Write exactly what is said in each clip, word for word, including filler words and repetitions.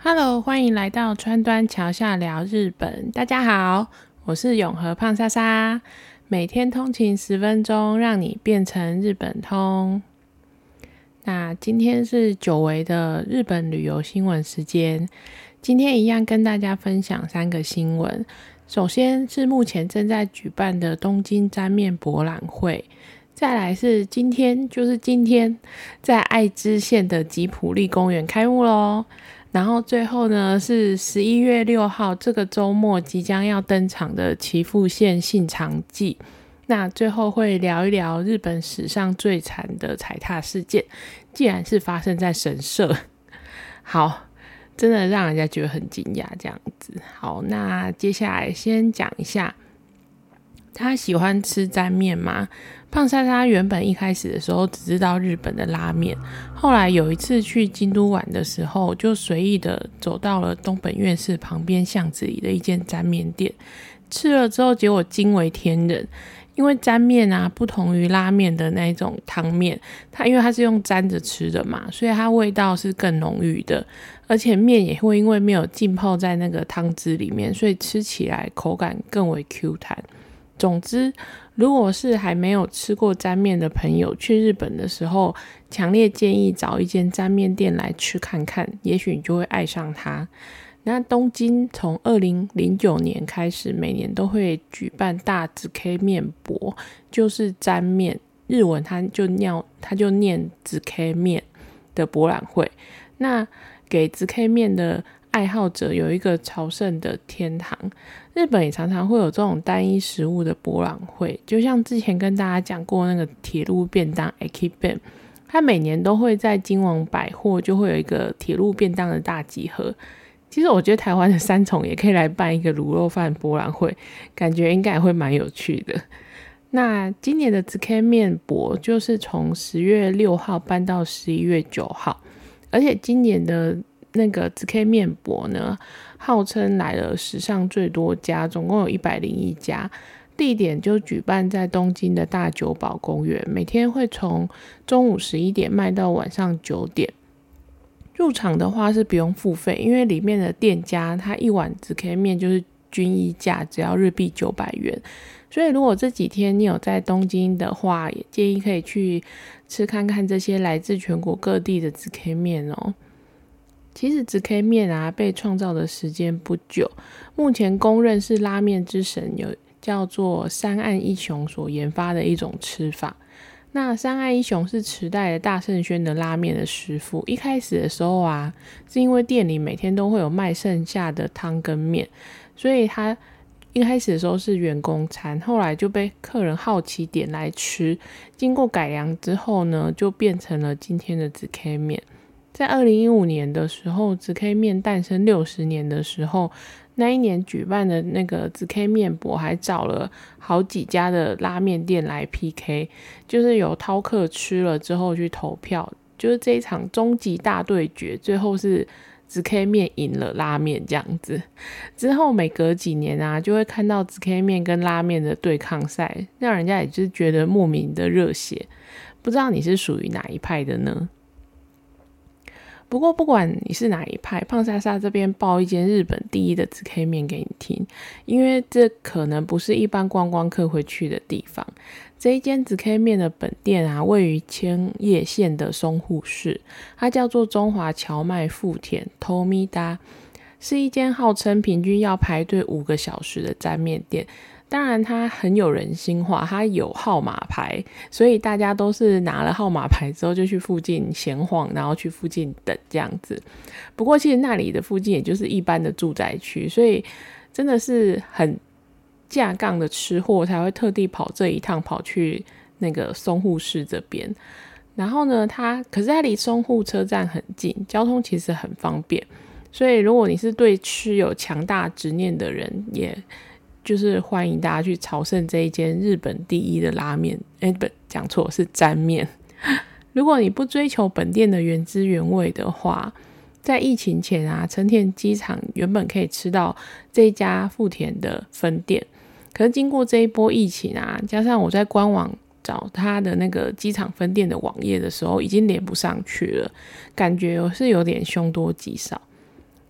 Hello，欢迎来到川端桥下聊日本。大家好，我是永和胖莎莎，每天通勤十分钟，让你变成日本通。那今天是久违的日本旅游新闻时间，今天一样跟大家分享三个新闻。首先是目前正在举办的东京沾面博览会，再来是今天，就是今天在爱知县的吉普力公园开幕咯。然后最后呢是十一月六号这个周末即将要登场的岐阜县信长祭。那最后会聊一聊日本史上最惨的踩踏事件，既然是发生在神社，好，真的让人家觉得很惊讶这样子。好，那接下来先讲一下，他喜欢吃沾面吗？胖莎莎原本一开始的时候只知道日本的拉面，后来有一次去京都玩的时候，就随意的走到了东本院寺旁边巷子里的一间沾面店，吃了之后结果惊为天人。因为沾面啊，不同于拉面的那一种汤面，它因为它是用沾着吃的嘛，所以它味道是更浓郁的，而且面也会因为没有浸泡在那个汤汁里面，所以吃起来口感更为 Q 弹。总之，如果是还没有吃过沾面的朋友，去日本的时候，强烈建议找一间沾面店来吃看看，也许你就会爱上它。那东京从二零零九年开始，每年都会举办大紫 K 面博，就是沾面，日文它就念它就念紫 K 面的博览会。那给紫 K 面的爱好者有一个朝圣的天堂。日本也常常会有这种单一食物的博览会，就像之前跟大家讲过那个铁路便当 Ekiben， 它每年都会在金王百货就会有一个铁路便当的大集合。其实我觉得台湾的三重也可以来办一个卤肉饭博览会，感觉应该也会蛮有趣的。那今年的紫 K 面博就是从十月六号办到十一月九号，而且今年的那个紫 K 面博呢，号称来了史上最多家，总共有一百零一家，地点就举办在东京的大久保公园，每天会从中午十一点卖到晚上九点。入场的话是不用付费，因为里面的店家他一碗紫 K 面就是均一价，只要日币九百元。所以如果这几天你有在东京的话，也建议可以去吃看看这些来自全国各地的紫 K 面哦。其实紫 K 面啊被创造的时间不久，目前公认是拉面之神，有叫做山岸一雄所研发的一种吃法。那山岸一雄是池袋的大圣轩的拉面的师傅，一开始的时候啊，是因为店里每天都会有卖剩下的汤跟面，所以他一开始的时候是员工餐，后来就被客人好奇点来吃，经过改良之后呢，就变成了今天的紫 K 面。在二零一五年的时候，紫 K 面诞生六十年的时候，那一年举办的那个紫 K 面博还找了好几家的拉面店来 P K， 就是有饕客吃了之后去投票，就是这一场终极大对决，最后是紫 K 面赢了拉面这样子。之后每隔几年啊，就会看到紫 K 面跟拉面的对抗赛，让人家也就是觉得莫名的热血。不知道你是属于哪一派的呢？不过不管你是哪一派，胖莎莎这边报一间日本第一的紫 K 面给你听，因为这可能不是一般观光客会去的地方。这一间紫 K 面的本店啊，位于千叶县的松户市，它叫做中华荞麦富田 Tomida， 是一间号称平均要排队五个小时的沾面店。当然它很有人性化，它有号码牌，所以大家都是拿了号码牌之后就去附近闲晃，然后去附近等这样子。不过其实那里的附近也就是一般的住宅区，所以真的是很架杠的吃货才会特地跑这一趟跑去那个松户市这边。然后呢它可是它离松户车站很近，交通其实很方便，所以如果你是对吃有强大执念的人，也就是欢迎大家去朝圣这一间日本第一的拉面，诶不讲错，是沾面。如果你不追求本店的原汁原味的话，在疫情前啊，成田机场原本可以吃到这一家富田的分店，可是经过这一波疫情啊，加上我在官网找他的那个机场分店的网页的时候，已经连不上去了，感觉是有点凶多吉少。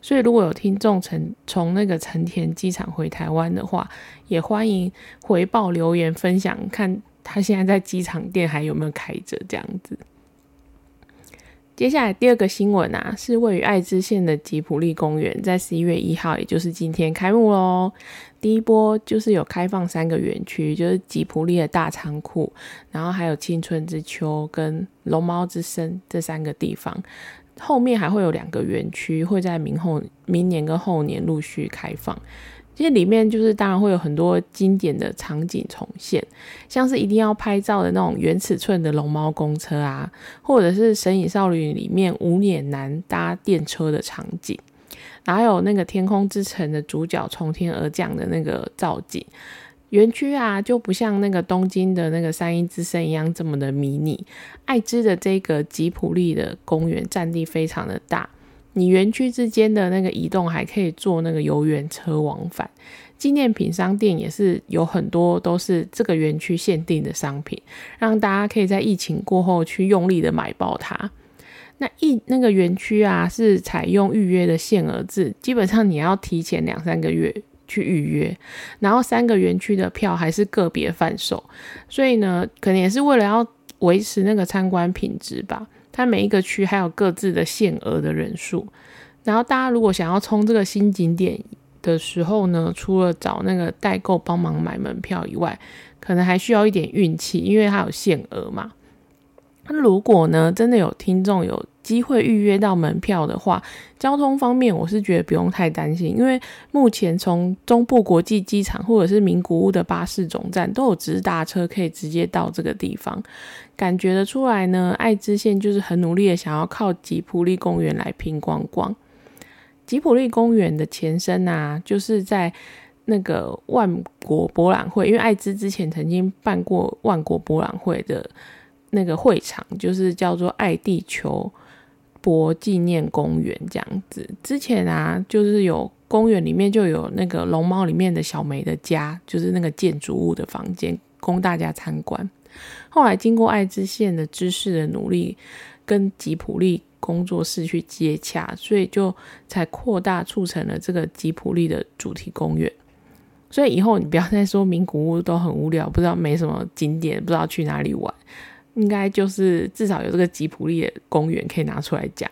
所以如果有听众从从那个成田机场回台湾的话，也欢迎回报留言分享，看他现在在机场店还有没有开着这样子。接下来第二个新闻啊，是位于爱知县的吉普力公园，在十一月一号，也就是今天开幕咯。第一波就是有开放三个园区，就是吉普力的大仓库，然后还有青春之丘跟龙猫之森这三个地方。后面还会有两个园区会在明后明年跟后年陆续开放。其实里面就是当然会有很多经典的场景重现，像是一定要拍照的那种原尺寸的龙猫公车啊，或者是神隐少女里面无脸男搭电车的场景，然后还有那个天空之城的主角从天而降的那个造景。园区啊就不像那个东京的那个三一之森一样这么的迷你，爱知的这个吉普力的公园占地非常的大，你园区之间的那个移动还可以坐那个游园车往返，纪念品商店也是有很多都是这个园区限定的商品，让大家可以在疫情过后去用力的买爆它。那一那个园区啊是采用预约的限额制，基本上你要提前两三个月去预约，然后三个园区的票还是个别贩售，所以呢可能也是为了要维持那个参观品质吧，它每一个区还有各自的限额的人数。然后大家如果想要冲这个新景点的时候呢，除了找那个代购帮忙买门票以外，可能还需要一点运气，因为它有限额嘛。那如果呢真的有听众有机会预约到门票的话，交通方面我是觉得不用太担心，因为目前从中部国际机场或者是名古屋的巴士总站都有直达车可以直接到这个地方，感觉得出来呢，爱知县就是很努力的想要靠吉普力公园来拼观光。吉普力公园的前身啊，就是在那个万国博览会，因为爱知之前曾经办过万国博览会的那个会场，就是叫做爱地球博纪念公园这样子。之前啊就是有公园里面就有那个龙猫里面的小梅的家，就是那个建筑物的房间供大家参观。后来经过爱知县的知识的努力跟吉普力工作室去接洽，所以就才扩大促成了这个吉普力的主题公园。所以以后你不要再说名古屋都很无聊，不知道没什么景点，不知道去哪里玩，应该就是至少有这个吉普力的公园可以拿出来讲。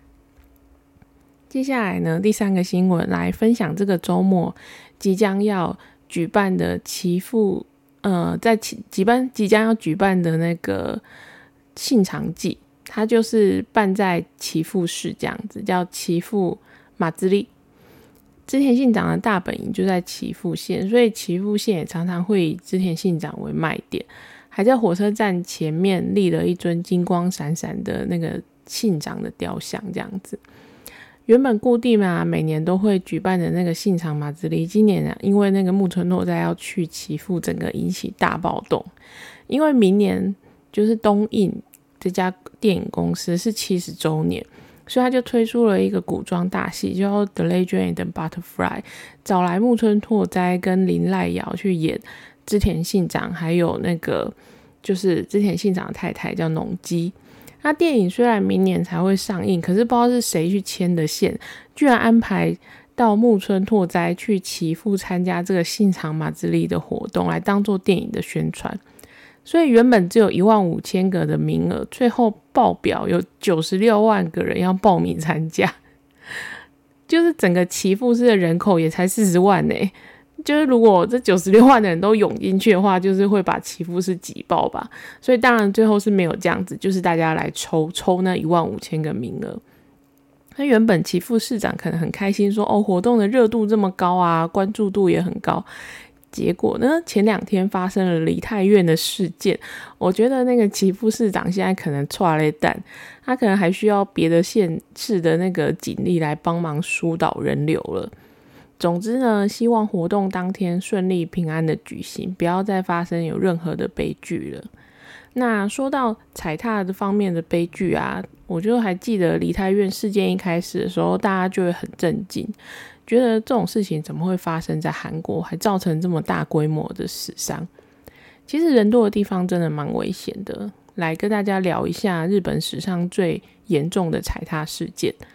接下来呢，第三个新闻来分享这个周末即将要举办的祈福呃，在即办即将要举办的那个信长祭，它就是办在岐阜市这样子，叫岐阜马自力。织田信长的大本营就在岐阜县，所以岐阜县也常常会以织田信长为卖点，还在火车站前面立了一尊金光闪闪的那个信长的雕像这样子。原本固定啊每年都会举办的那个信长马自力，今年啊因为那个木村拓哉要去岐阜，整个引起大暴动。因为明年就是东映这家电影公司是七十周年，所以他就推出了一个古装大戏，叫 The Legend and Butterfly， 找来木村拓哉跟林濑遥去演织田信长，还有那个就是织田信长的太太叫农基。那电影虽然明年才会上映，可是不知道是谁去牵的线，居然安排到木村拓哉去岐阜参加这个信长马自力的活动，来当做电影的宣传。所以原本只有一万五千个的名额，最后爆表有九十六万个人要报名参加，就是整个岐阜市的人口也才四十万耶、欸，就是如果这九十六万的人都涌进去的话，就是会把岐阜市挤爆吧。所以当然最后是没有这样子，就是大家来抽抽那一万五千个名额。那原本岐阜市长可能很开心说，哦，活动的热度这么高啊，关注度也很高。结果呢，前两天发生了梨泰院的事件，我觉得那个岐阜市长现在可能剉咧蛋，他可能还需要别的县市的那个警力来帮忙疏导人流了。总之呢，希望活动当天顺利平安的举行，不要再发生有任何的悲剧了。那说到踩踏的方面的悲剧啊，我就还记得梨泰院事件一开始的时候，大家就会很震惊，觉得这种事情怎么会发生在韩国，还造成这么大规模的死伤。其实人多的地方真的蛮危险的。来跟大家聊一下日本史上最严重的踩踏事件。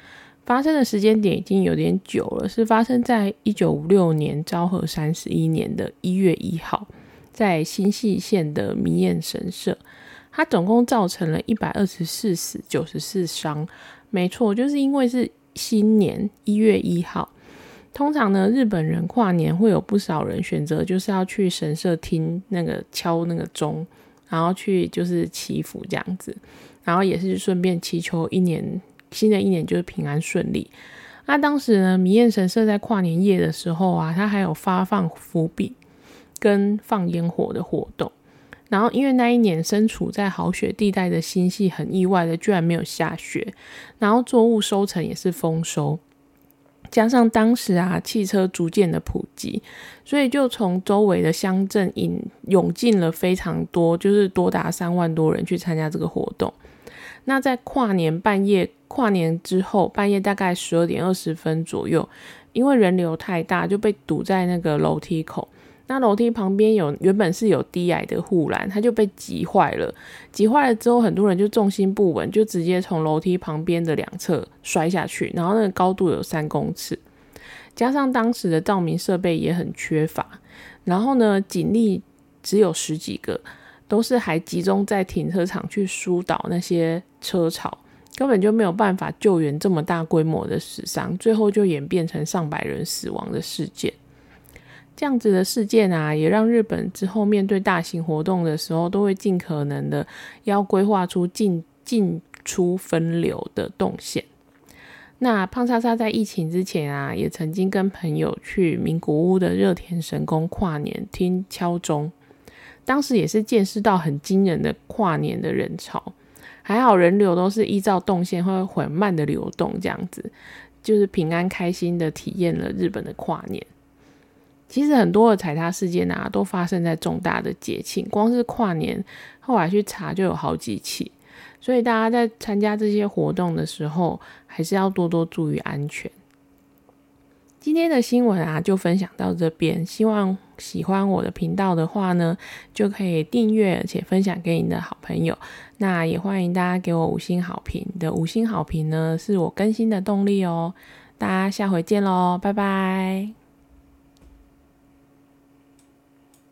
发生的时间点已经有点久了，是发生在一九五六年昭和三十一年的一月一号，在新泻县的弥彦神社。它总共造成了一百二十四死九十四伤，没错，就是因为是新年一月一号。通常呢，日本人跨年会有不少人选择就是要去神社听那个敲那个钟，然后去就是祈福这样子，然后也是顺便祈求一年新的一年就是平安顺利。那当时呢，弥彦神社在跨年夜的时候啊，它还有发放福饼跟放烟火的活动。然后因为那一年身处在好雪地带的新泻很意外的居然没有下雪，然后作物收成也是丰收，加上当时啊汽车逐渐的普及，所以就从周围的乡镇引涌进了非常多，就是多达三万多人去参加这个活动。那在跨年半夜跨年之后半夜大概十二点二十分左右，因为人流太大就被堵在那个楼梯口，那楼梯旁边有原本是有低矮的护栏，它就被挤坏了。挤坏了之后，很多人就重心不稳，就直接从楼梯旁边的两侧摔下去，然后那个高度有三公尺。加上当时的照明设备也很缺乏，然后呢，警力只有十几个，都是还集中在停车场去疏导那些车潮，根本就没有办法救援这么大规模的死伤，最后就演变成上百人死亡的事件。这样子的事件啊，也让日本之后面对大型活动的时候，都会尽可能的要规划出进进出分流的动线。那胖莎莎在疫情之前啊，也曾经跟朋友去名古屋的热田神宫跨年听敲钟，当时也是见识到很惊人的跨年的人潮，还好人流都是依照动线会缓慢的流动，这样子就是平安开心的体验了日本的跨年。其实很多的踩踏事件啊，都发生在重大的节庆，光是跨年后来去查就有好几起，所以大家在参加这些活动的时候，还是要多多注意安全。今天的新闻啊，就分享到这边，希望喜欢我的频道的话呢，就可以订阅而且分享给你的好朋友。那也欢迎大家给我五星好评，你的五星好评呢，是我更新的动力哦。大家下回见咯，拜拜。